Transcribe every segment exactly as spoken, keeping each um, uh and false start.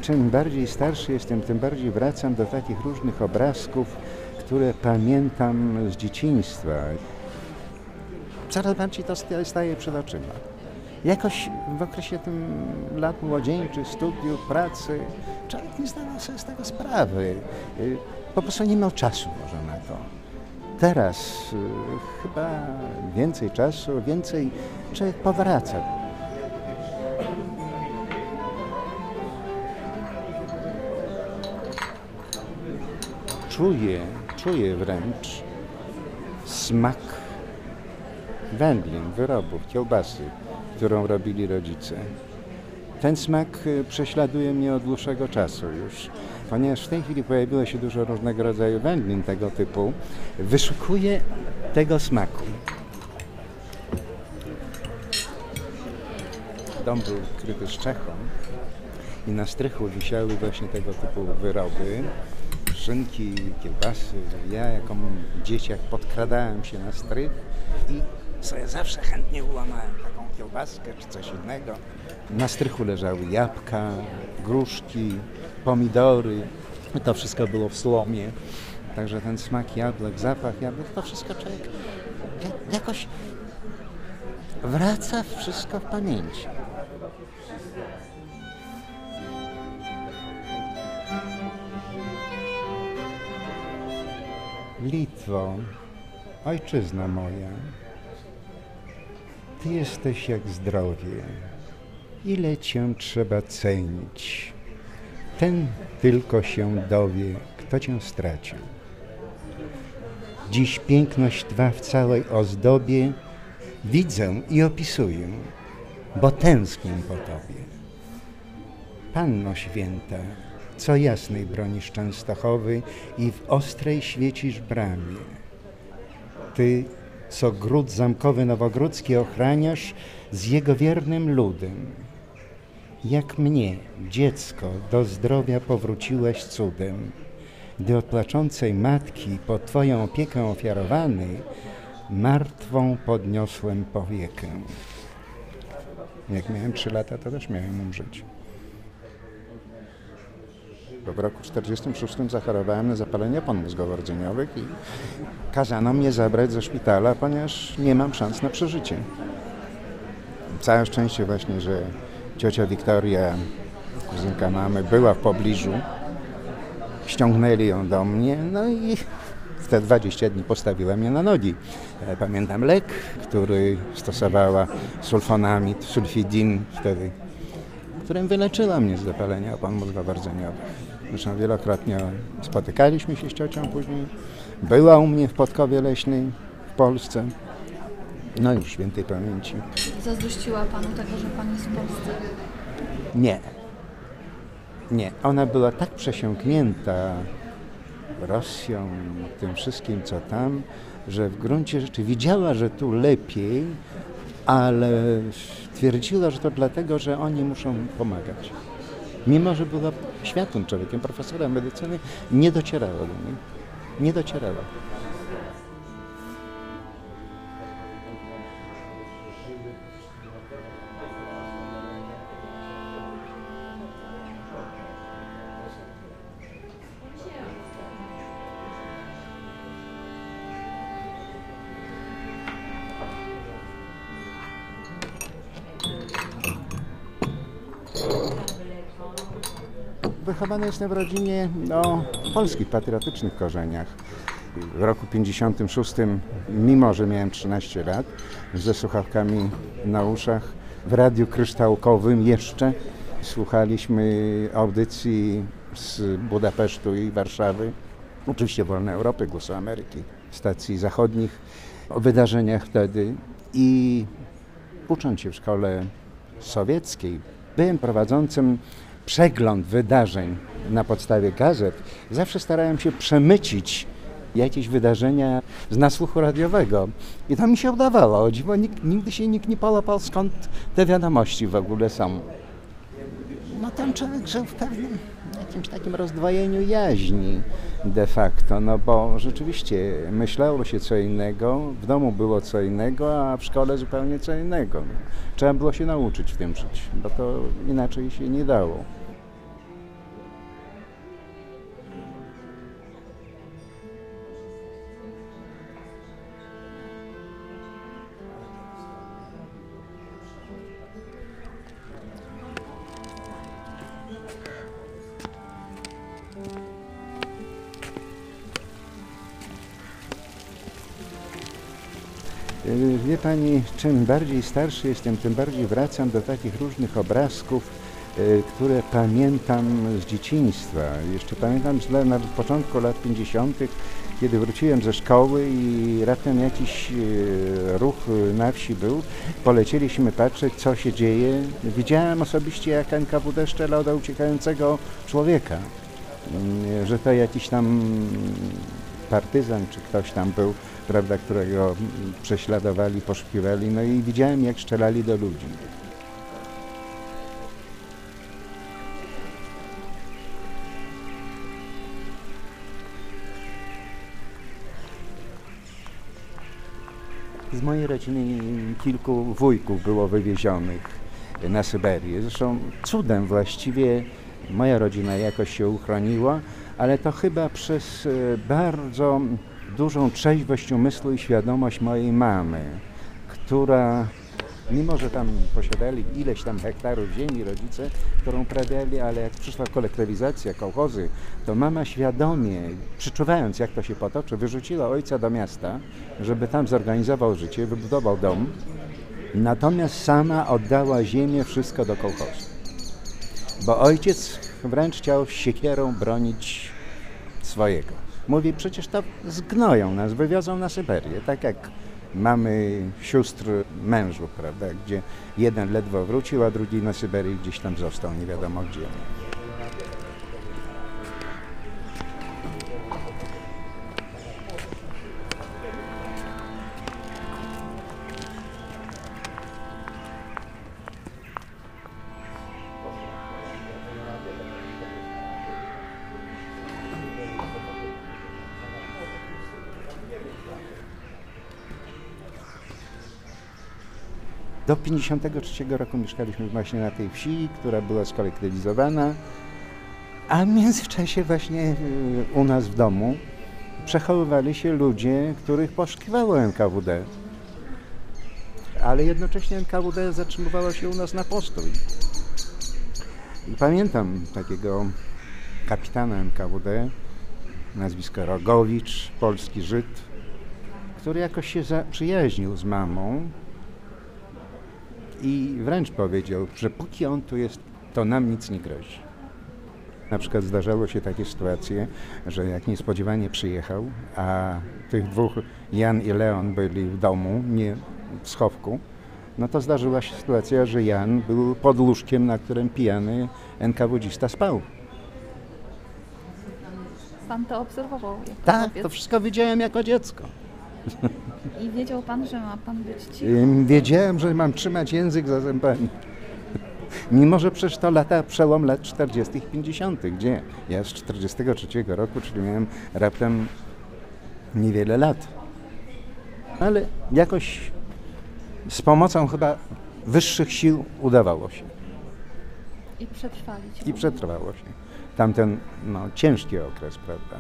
Czym bardziej starszy jestem, tym bardziej wracam do takich różnych obrazków, które pamiętam z dzieciństwa. Coraz bardziej to staje przed oczyma. Jakoś w okresie tym lat młodzieńczych, studiów, pracy, człowiek nie zdawał sobie z tego sprawy. Po prostu nie miał czasu może na to. Teraz y, chyba więcej czasu, więcej człowiek powraca. Czuję, czuję wręcz smak wędlin, wyrobów, kiełbasy, którą robili rodzice. Ten smak prześladuje mnie od dłuższego czasu już, ponieważ w tej chwili pojawiło się dużo różnego rodzaju wędlin tego typu. Wyszukuję tego smaku. Dom był kryty strzechą i na strychu wisiały właśnie tego typu wyroby. Szynki, kiełbasy. Ja jako dzieciak podkradałem się na strych i sobie zawsze chętnie ułamałem taką kiełbaskę czy coś innego. Na strychu leżały jabłka, gruszki, pomidory. To wszystko było w słomie. Także ten smak jabłek, zapach jabłek, to wszystko człowiek jakoś wraca wszystko w pamięci. Litwo, ojczyzna moja, Ty jesteś jak zdrowie, ile Cię trzeba cenić. Ten tylko się dowie, kto Cię stracił. Dziś piękność Twa w całej ozdobie widzę i opisuję, bo tęsknię po Tobie. Panno święta, co jasnej bronisz Częstochowy i w ostrej świecisz bramie. Ty, co gród zamkowy nowogródzki ochraniasz z jego wiernym ludem. Jak mnie, dziecko, do zdrowia powróciłeś cudem, gdy od płaczącej matki pod Twoją opiekę ofiarowany, martwą podniosłem powiekę. Jak miałem trzy lata, to też miałem umrzeć. Bo w roku czterdziestym szóstym zachorowałem na zapalenie opon mózgowo-rdzeniowych i kazano mnie zabrać ze szpitala, ponieważ nie mam szans na przeżycie. Całe szczęście właśnie, że ciocia Wiktoria, kuzynka mamy, była w pobliżu. Ściągnęli ją do mnie, no i w te dwadzieścia dni postawiła mnie na nogi. Pamiętam lek, który stosowała sulfonamid, sulfidin wtedy, którym wyleczyła mnie z zapalenia opon mózgowo-rdzeniowych. Zresztą wielokrotnie spotykaliśmy się z ciocią później. Była u mnie w Podkowie Leśnej w Polsce. No już świętej pamięci. Zazdrościła Panu tego, że Pan jest w Polsce? Nie. Nie. Ona była tak przesiąknięta Rosją, tym wszystkim co tam, że w gruncie rzeczy widziała, że tu lepiej, ale twierdziła, że to dlatego, że oni muszą pomagać. Mimo że była światłym człowiekiem, profesorem medycyny, nie docierała do niej. Nie docierała. Wychowany jestem w rodzinie o polskich, patriotycznych korzeniach. W roku pięćdziesiątym szóstym, mimo że miałem trzynaście lat, ze słuchawkami na uszach, w radiu kryształkowym jeszcze słuchaliśmy audycji z Budapesztu i Warszawy, oczywiście Wolnej Europy, Głosu Ameryki, stacji zachodnich, o wydarzeniach wtedy i ucząc się w szkole sowieckiej, byłem prowadzącym przegląd wydarzeń na podstawie gazet. Zawsze starałem się przemycić jakieś wydarzenia z nasłuchu radiowego. I to mi się udawało. O dziwo, nikt, nigdy się nikt nie połapał, skąd te wiadomości w ogóle są. No tam człowiek żył w pewnym jakimś takim rozdwojeniu jaźni de facto, no bo rzeczywiście myślało się co innego, w domu było co innego, a w szkole zupełnie co innego. Trzeba było się nauczyć w tym żyć, bo to inaczej się nie dało. Wie pani, czym bardziej starszy jestem, tym bardziej wracam do takich różnych obrazków, które pamiętam z dzieciństwa. Jeszcze pamiętam źle na początku lat pięćdziesiątych, kiedy wróciłem ze szkoły i raptem jakiś ruch na wsi był. Polecieliśmy patrzeć, co się dzieje. Widziałem osobiście, jak N K W D strzelał do uciekającego człowieka. Że to jakiś tam partyzan, czy ktoś tam był, prawda, którego prześladowali, poszukiwali. No i widziałem, jak strzelali do ludzi. Z mojej rodziny kilku wujków było wywiezionych na Syberię. Zresztą cudem właściwie moja rodzina jakoś się uchroniła, ale to chyba przez bardzo dużą trzeźwość umysłu i świadomość mojej mamy, która, mimo że tam posiadali ileś tam hektarów ziemi rodzice, którą uprawiali, ale jak przyszła kolektywizacja, kołchozy, to mama świadomie, przeczuwając, jak to się potoczy, wyrzuciła ojca do miasta, żeby tam zorganizował życie, wybudował dom, natomiast sama oddała ziemię, wszystko do kołchozu. Bo ojciec wręcz chciał siekierą bronić swojego. Mówi, przecież to zgnoją nas, wywiozą na Syberię, tak jak mamy sióstr mężów, prawda, gdzie jeden ledwo wrócił, a drugi na Syberii gdzieś tam został, nie wiadomo gdzie. Do pięćdziesiątego trzeciego roku mieszkaliśmy właśnie na tej wsi, która była skolektywizowana, a w międzyczasie właśnie u nas w domu przechowywali się ludzie, których poszukiwało N K W D. Ale jednocześnie N K W D zatrzymywało się u nas na postój. I pamiętam takiego kapitana N K W D, nazwisko Rogowicz, polski Żyd, który jakoś się zaprzyjaźnił z mamą i wręcz powiedział, że póki on tu jest, to nam nic nie grozi. Na przykład zdarzało się takie sytuacje, że jak niespodziewanie przyjechał, a tych dwóch, Jan i Leon, byli w domu, nie w schowku, no to zdarzyła się sytuacja, że Jan był pod łóżkiem, na którym pijany en ka wu dzista spał. Pan to obserwował? Jako Tak, chłopiec. to wszystko widziałem jako dziecko. I wiedział pan, że ma pan być cicho? Wiedziałem, że mam trzymać język za zębami. Mimo że przecież to lata, przełom lat czterdziestych i pięćdziesiątych, gdzie ja z czterdziestego trzeciego roku, czyli miałem raptem niewiele lat. Ale jakoś z pomocą chyba wyższych sił udawało się. I przetrwalić. I przetrwało się. Tamten no, ciężki okres, prawda?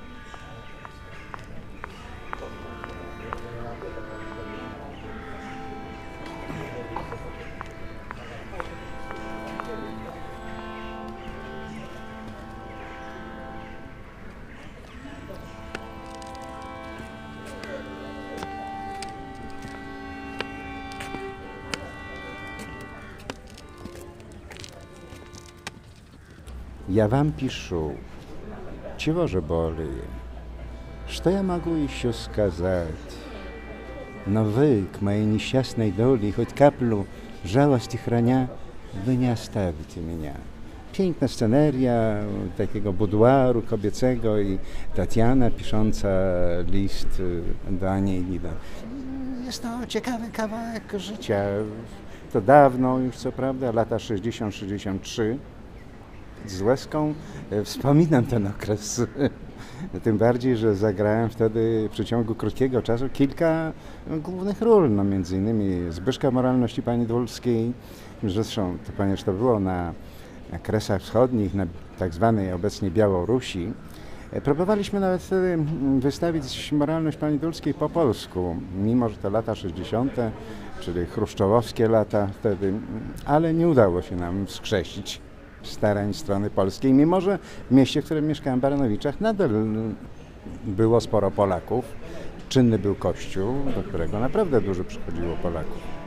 Я вам пишу, чего же более, что я могу еще сказать? Но вы к моей несчастной доле хоть каплю жалости храня, вы nie оставите меня. Piękna sceneria takiego buduaru kobiecego i Tatiana pisząca list do Anielida. Jest to ciekawy kawałek życia. To dawno już, co prawda, lata sześćdziesiąt sześćdziesiąt trzy. Z łezką wspominam ten okres. Tym bardziej, że zagrałem wtedy w przeciągu krótkiego czasu kilka głównych ról, no między innymi Zbyszka Moralności pani Dulskiej, zresztą to ponieważ to było na, na Kresach Wschodnich, na tak zwanej obecnie Białorusi. Próbowaliśmy nawet wtedy wystawić Moralność pani Dulskiej po polsku, mimo że to lata sześćdziesiąte, czyli chruszczowowskie lata wtedy, ale nie udało się nam wskrzesić starań strony polskiej, mimo że w mieście, w którym mieszkałem, Baranowiczach, nadal było sporo Polaków czynny był kościół, do którego naprawdę dużo przychodziło Polaków.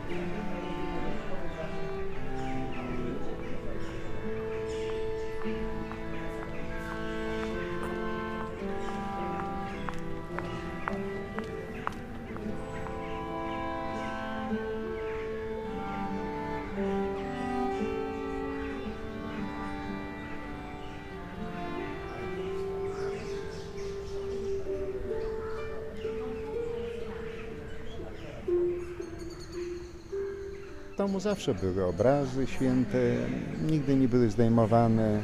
W domu zawsze były obrazy święte, nigdy nie były zdejmowane.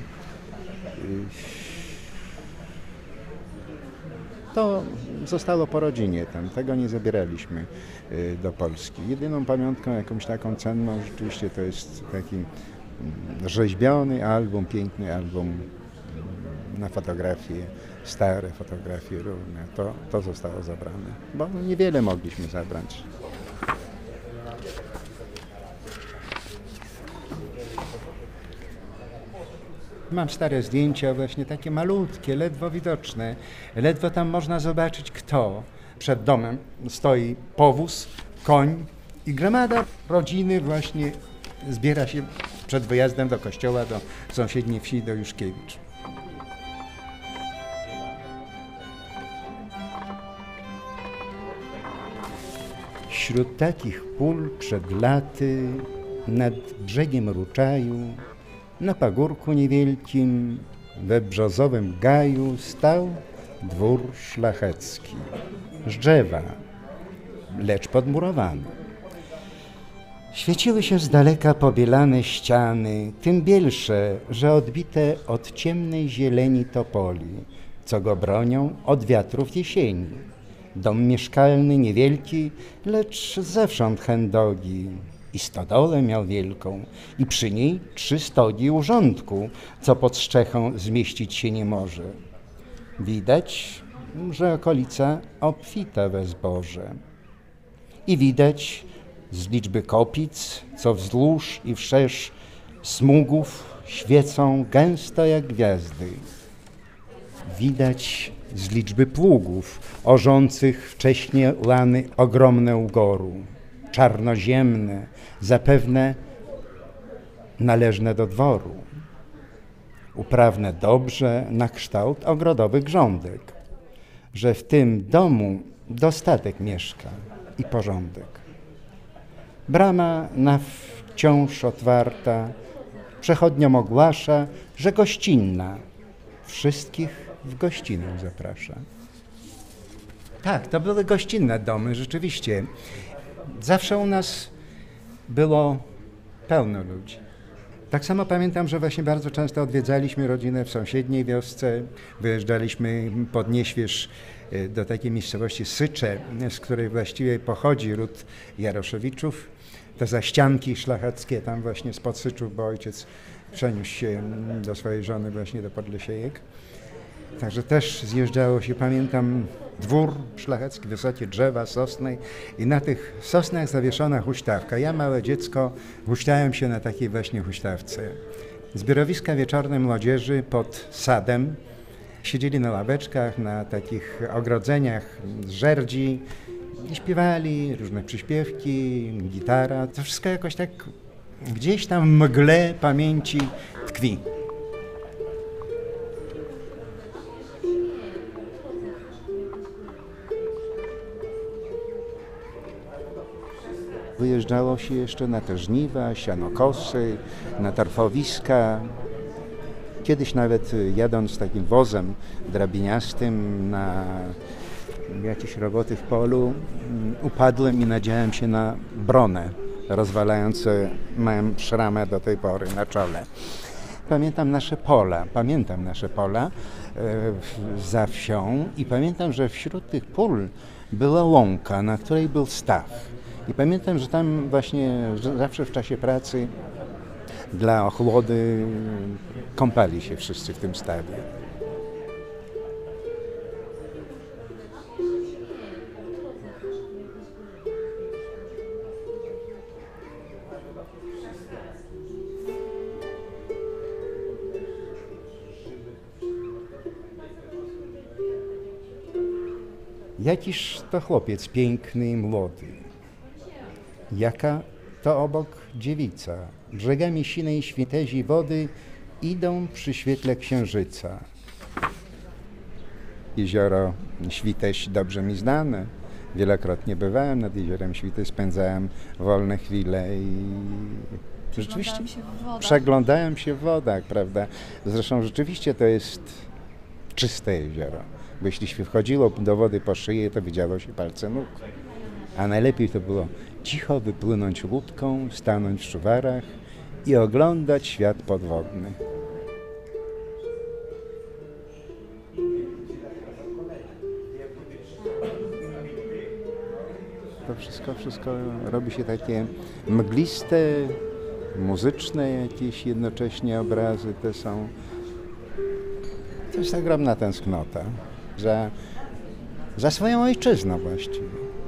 To zostało po rodzinie tam, tego nie zabieraliśmy do Polski. Jedyną pamiątką jakąś taką cenną rzeczywiście to jest taki rzeźbiony album, piękny album na fotografie, stare fotografie różne. To, to zostało zabrane, bo niewiele mogliśmy zabrać. Mam stare zdjęcia, właśnie takie malutkie, ledwo widoczne. Ledwo tam można zobaczyć, kto. Przed domem stoi powóz, koń i gromada rodziny właśnie zbiera się przed wyjazdem do kościoła, do sąsiedniej wsi, do Juszkiewicz. Wśród takich pól przed laty, nad brzegiem Ruczaju, na pagórku niewielkim, we brzozowym gaju stał dwór szlachecki, z drzewa, lecz podmurowany. Świeciły się z daleka pobielane ściany, tym bielsze, że odbite od ciemnej zieleni topoli, co go bronią od wiatrów jesieni. Dom mieszkalny niewielki, lecz zewsząd chędogi. I stodolę miał wielką, i przy niej trzy stogi urządku, co pod strzechą zmieścić się nie może. Widać, że okolica obfita we zboże. I widać z liczby kopic, co wzdłuż i wszerz smugów świecą gęsto jak gwiazdy. Widać z liczby pługów orzących wcześnie lany ogromne ugoru, czarnoziemne, zapewne należne do dworu, uprawne dobrze na kształt ogrodowych grządek, że w tym domu dostatek mieszka i porządek. Brama na wciąż otwarta, przechodniom ogłasza, że gościnna, wszystkich w gościnę zaprasza. Tak, to były gościnne domy, rzeczywiście. Zawsze u nas było pełno ludzi. Tak samo pamiętam, że właśnie bardzo często odwiedzaliśmy rodzinę w sąsiedniej wiosce. Wyjeżdżaliśmy pod Nieśwież do takiej miejscowości Sycze, z której właściwie pochodzi ród Jaroszewiczów. Te zaścianki szlacheckie tam właśnie spod Syczów, bo ojciec przeniósł się do swojej żony właśnie do Podlesiejek. Także też zjeżdżało się, pamiętam, dwór szlachecki, wysokie drzewa, sosny i na tych sosnach zawieszona huśtawka. Ja, małe dziecko, huśtałem się na takiej właśnie huśtawce. Zbiorowiska wieczorne młodzieży pod sadem. Siedzieli na ławeczkach, na takich ogrodzeniach z żerdzi i śpiewali różne przyśpiewki, gitara. To wszystko jakoś tak gdzieś tam w mgle pamięci tkwi. Wyjeżdżało się jeszcze na te żniwa, sianokosy, na tarfowiska. Kiedyś nawet jadąc takim wozem drabiniastym na jakieś roboty w polu, upadłem i nadziałem się na bronę, rozwalając mam szramę do tej pory na czole. Pamiętam nasze pola, pamiętam nasze pola e, za wsią i pamiętam, że wśród tych pól była łąka, na której był staw. I pamiętam, że tam właśnie zawsze w czasie pracy dla ochłody kąpali się wszyscy w tym stawie. Jakiż to chłopiec piękny i młody, jaka to obok dziewica, brzegami sinej świtezi wody idą przy świetle księżyca. Jezioro Świteś dobrze mi znane, wielokrotnie bywałem nad jeziorem Świteś, spędzałem wolne chwile i rzeczywiście się w wodach. przeglądałem się w wodach, prawda? Zresztą rzeczywiście to jest czyste jezioro, bo jeśli się wchodziło do wody po szyję, to widziało się palce nóg. A najlepiej to było cicho wypłynąć łódką, stanąć w szuwarach i oglądać świat podwodny. To wszystko, wszystko robi się takie mgliste, muzyczne jakieś jednocześnie obrazy. To są... To jest ogromna tęsknota za, za swoją ojczyzną właściwie.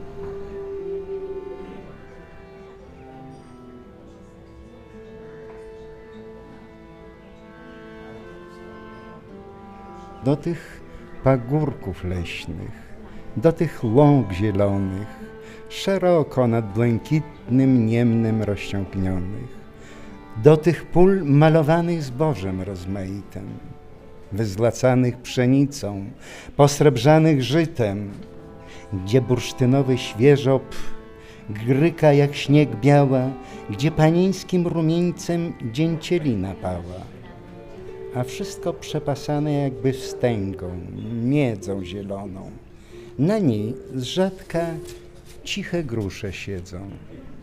Do tych pagórków leśnych, do tych łąk zielonych, szeroko nad błękitnym niemnem rozciągnionych, do tych pól malowanych zbożem rozmaitym, wyzlacanych pszenicą, posrebrzanych żytem, gdzie bursztynowy świeżop gryka jak śnieg biała, gdzie panieńskim rumieńcem dzięcielina pała, a wszystko przepasane jakby wstęgą, miedzą zieloną. Na niej z rzadka ciche grusze siedzą.